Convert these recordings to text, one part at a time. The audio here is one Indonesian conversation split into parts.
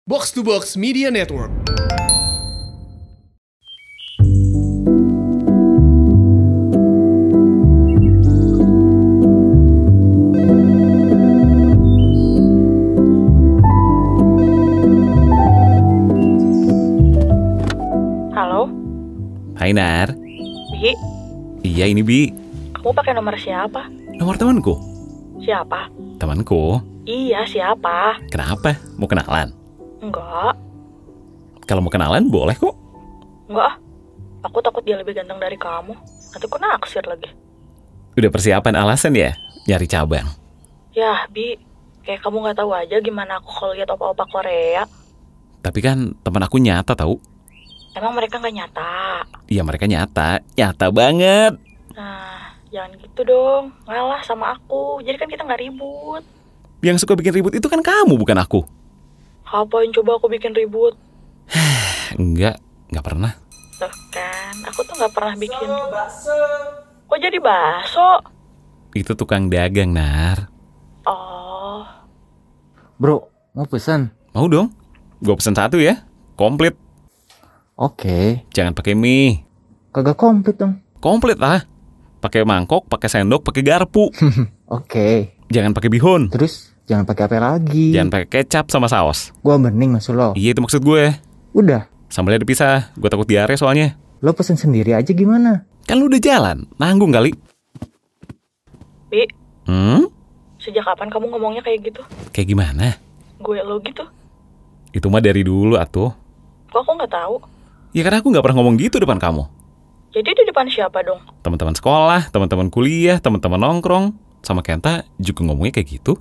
Box to Box Media Network. Halo? Hai Nar. Bi, Iya ini Bi. kamu pakai nomor siapa? Nomor temanku. Siapa? Temanku. Iya, siapa? Kenapa? Mau kenalan? Enggak, Kalau mau kenalan boleh kok. enggak ah. Aku takut dia lebih ganteng dari kamu. Nanti aku naksir lagi. Udah persiapan alasan ya? Nyari cabang. Yah, Bi, kayak kamu nggak tahu aja gimana aku kalau lihat opa-opa Korea. Tapi kan teman aku nyata tahu. Emang mereka nggak nyata? Iya mereka nyata. Nyata banget. Nah, jangan gitu dong. Ngalah sama aku. Jadi kan kita nggak ribut. Yang suka bikin ribut itu kan kamu bukan aku. Ngapain coba aku bikin ribut? Enggak pernah. Tuh kan, aku tuh nggak pernah bikin. Kok jadi bakso? Itu tukang dagang Nar. Oh, Bro, mau pesan? Mau dong? Gue pesen satu ya. Komplit. Oke. Jangan pakai mie. Kagak komplit dong. Komplit lah. Pakai mangkok, pakai sendok, pakai garpu. Oke. Jangan pakai bihun. Terus jangan pakai apa lagi? Jangan pakai kecap sama saus. Gua bening maksud lo. Iya itu maksud gue. Udah. Sambalnya dipisah. Gue takut diare soalnya. Lo pesen sendiri aja gimana? Kan lu udah jalan. Nanggung kali. Bi, Hmm? sejak kapan kamu ngomongnya kayak gitu? Kayak gimana? Gue lo gitu. Itu mah dari dulu atuh. Kok aku nggak tahu? Ya karena aku gak pernah ngomong gitu depan kamu. Jadi di depan siapa dong? Teman-teman sekolah, teman-teman kuliah, teman-teman nongkrong. Sama Kenta juga ngomongnya kayak gitu.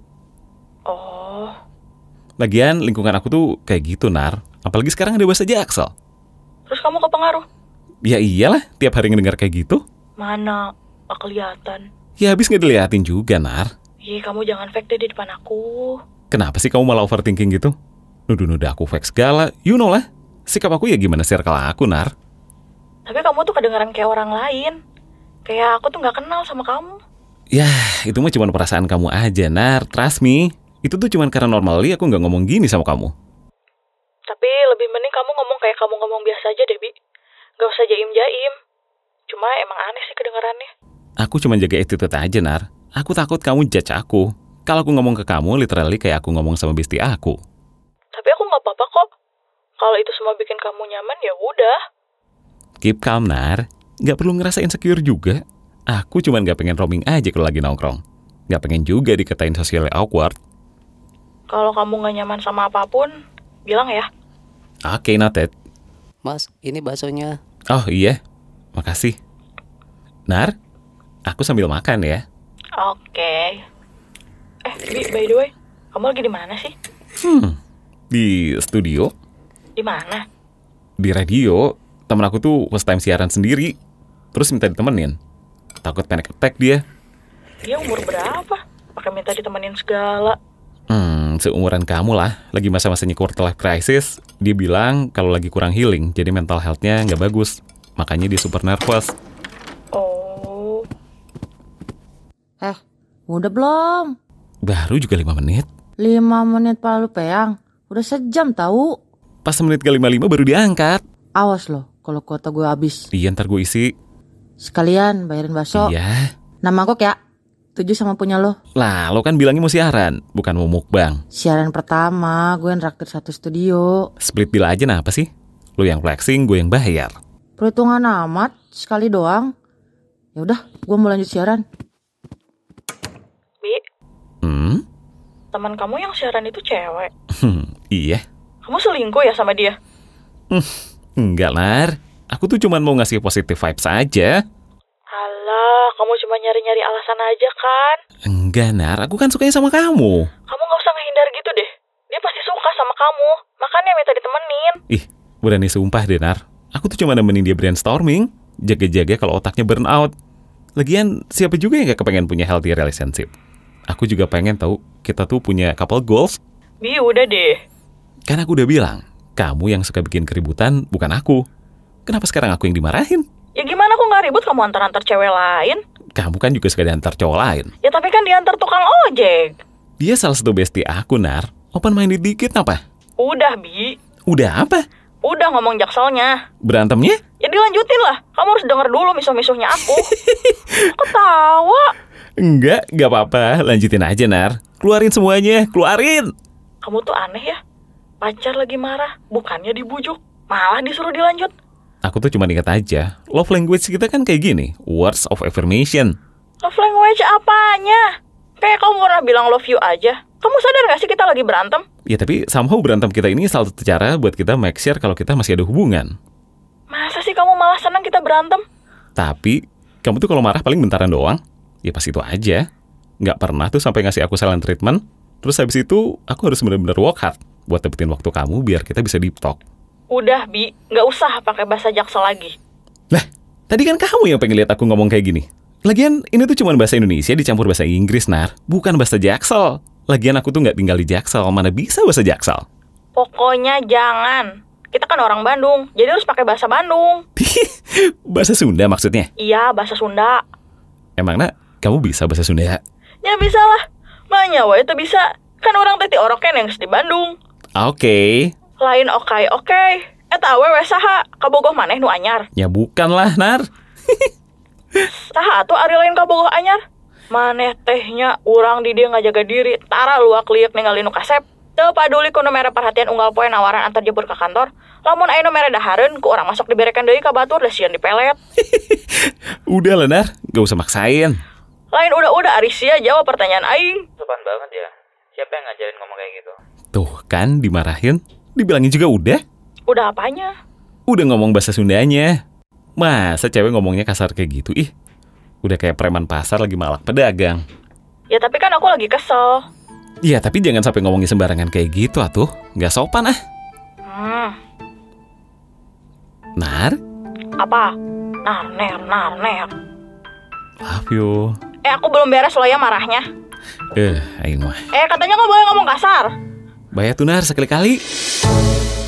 Oh, Lagian lingkungan aku tuh kayak gitu Nar. Apalagi sekarang ada bahasa Jaksel. terus kamu kepengaruh? Ya iyalah tiap hari ngedengar kayak gitu. Mana? Gak kelihatan. Ya habis gak diliatin juga Nar. Ih, kamu jangan fake deh di depan aku. Kenapa sih kamu malah overthinking gitu? Nuduh-nuduh aku fake segala. You know lah. Sikap aku ya gimana circle aku Nar. Tapi kamu tuh kedengeran kayak orang lain. Kayak aku tuh gak kenal sama kamu. Ya itu mah cuma perasaan kamu aja Nar. Trust me. Itu tuh cuma karena normally aku gak ngomong gini sama kamu. Tapi lebih mending kamu ngomong kayak kamu ngomong biasa aja deh, Bi. Gak usah jaim-jaim. Cuma emang aneh sih kedengerannya. Aku cuma jaga attitude aja Nar. Aku takut kamu judge aku. Kalau aku ngomong ke kamu literally kayak aku ngomong sama bestie aku. Tapi aku gak apa-apa kok. Kalau itu semua bikin kamu nyaman, ya udah. Keep calm Nar. Gak perlu ngerasa insecure juga. Aku cuma gak pengen roaming aja kalau lagi nongkrong. Gak pengen juga dikatain socially awkward. Kalau kamu gak nyaman sama apapun, bilang ya. Oke, noted. Mas, ini baksonya. Oh iya, makasih. Nar, aku sambil makan ya. Oke. Bi, by the way, kamu lagi di mana sih? Di studio, Di mana? di radio, temen aku tuh first time siaran sendiri. Terus minta ditemenin. Takut panic attack dia. Dia umur berapa? Pakai minta ditemenin segala. Seumuran kamu lah. Lagi masa-masanya quarter life crisis. Dia bilang kalau lagi kurang healing, jadi mental health-nya nggak bagus. Makanya dia super nervous. Oh, Udah belum? Baru juga 5 menit. 5 menit Palu Peyang. Udah sejam tahu. Pas menit ke-55 baru diangkat. Awas loh kalau kuota gue habis. Iya ntar gue isi. Sekalian bayarin bakso. Iya. Nama mangkok ya. 7 sama punya lo. Lah lo kan bilangnya mau siaran, bukan mau mukbang. Siaran pertama gue nraktir satu studio. Split bill aja nah apa sih? Lo yang flexing, gue yang bayar. Perhitungan amat. Sekali doang. Ya udah, gue mau lanjut siaran. Bi, Hmm? teman kamu yang siaran itu cewek. Iya. Kamu selingkuh ya sama dia? Enggak Nar. Aku tuh cuma mau ngasih positive vibes aja. Alah, kamu cuma nyari-nyari alasan aja kan? Enggak Nar, aku kan sukanya sama kamu. Kamu gak usah ngehindar gitu deh. Dia pasti suka sama kamu. Makanya minta ditemenin. Ih, berani sumpah deh Nar. Aku tuh cuma nemenin dia brainstorming. Jaga-jaga kalau otaknya burn out. Lagian siapa juga yang gak kepengen punya healthy relationship? Aku juga pengen tahu kita tuh punya couple goals. Bi, udah deh. Kan aku udah bilang, kamu yang suka bikin keributan, bukan aku. Kenapa sekarang aku yang dimarahin? Ya gimana aku gak ribut kamu antar-antar cewek lain? Kamu kan juga suka diantar cowok lain. Ya tapi kan diantar tukang ojek. Dia salah satu bestie aku, Nar. Open minded dikit apa? Udah, Bi. Udah apa? Udah ngomong jakselnya. Berantemnya? Ya dilanjutin lah. Kamu harus denger dulu misuh-misuhnya aku. Ketawa. Enggak apa-apa. Lanjutin aja, Nar. Keluarin semuanya, keluarin. Kamu tuh aneh ya. Pacar lagi marah, bukannya dibujuk, malah disuruh dilanjut. Aku tuh cuma ingat aja, love language kita kan kayak gini, words of affirmation. Love language apanya? Kayak kamu pernah bilang love you aja. Kamu sadar gak sih kita lagi berantem? Ya tapi somehow berantem kita ini salah satu cara buat kita make sure kalau kita masih ada hubungan. Masa sih kamu malah senang kita berantem? Tapi, kamu tuh kalau marah paling bentaran doang. Ya pas itu aja. Nggak pernah tuh sampai ngasih aku silent treatment. Terus habis itu, aku harus benar-benar work hard buat dapetin waktu kamu biar kita bisa deep talk. Udah, Bi. Gak usah pakai bahasa jaksel lagi. Lah, tadi kan kamu yang pengen lihat aku ngomong kayak gini. Lagian, ini tuh cuma bahasa Indonesia dicampur bahasa Inggris, Nar. Bukan bahasa Jaksel. Lagian aku tuh nggak tinggal di Jaksel, mana bisa bahasa Jaksel. Pokoknya jangan. Kita kan orang Bandung, jadi harus pakai bahasa Bandung. Bahasa Sunda maksudnya? Iya, bahasa Sunda. Emang, Nak, kamu bisa bahasa Sunda? Ya bisa lah. Manya wae teu bisa. Kan orang teh ti oroken yang di Bandung. Oke. Lain oke. Eta awewe saha? Kabogoh maneh nu anyar. Ya bukan lah, Nar. Saha atuh ari lain kabogoh anyar? Maneh tehnya urang di dia ngajaga diri. Tara luak liuk ningali nu kasep. Teu paduli ku nu mere perhatian unggal poe nawaran antar jemput ke kantor. Lamun aya nu mere dahareun ku urang masuk diberekan deui ka batur da sieun dipelet. Udah lah, Nar. Gak usah maksain. Lain udah ari sia jawab pertanyaan aing. Sopan banget ya. Siapa yang ngajarin ngomong kayak gitu? Tuh kan dimarahin. Dibilangin juga udah. Udah apanya? Udah ngomong bahasa Sundanya. Masa cewek ngomongnya kasar kayak gitu? Ih, udah kayak preman pasar lagi malak pedagang. Ya tapi kan aku lagi kesel. Iya, tapi jangan sampai ngomongin sembarangan kayak gitu atuh. Nggak sopan ah. Nar? Apa? Nar. Love you. Aku belum beres loh ya marahnya. Aing mah. Katanya nggak boleh ngomong kasar. Bayar tuh, Nar, sekali-kali.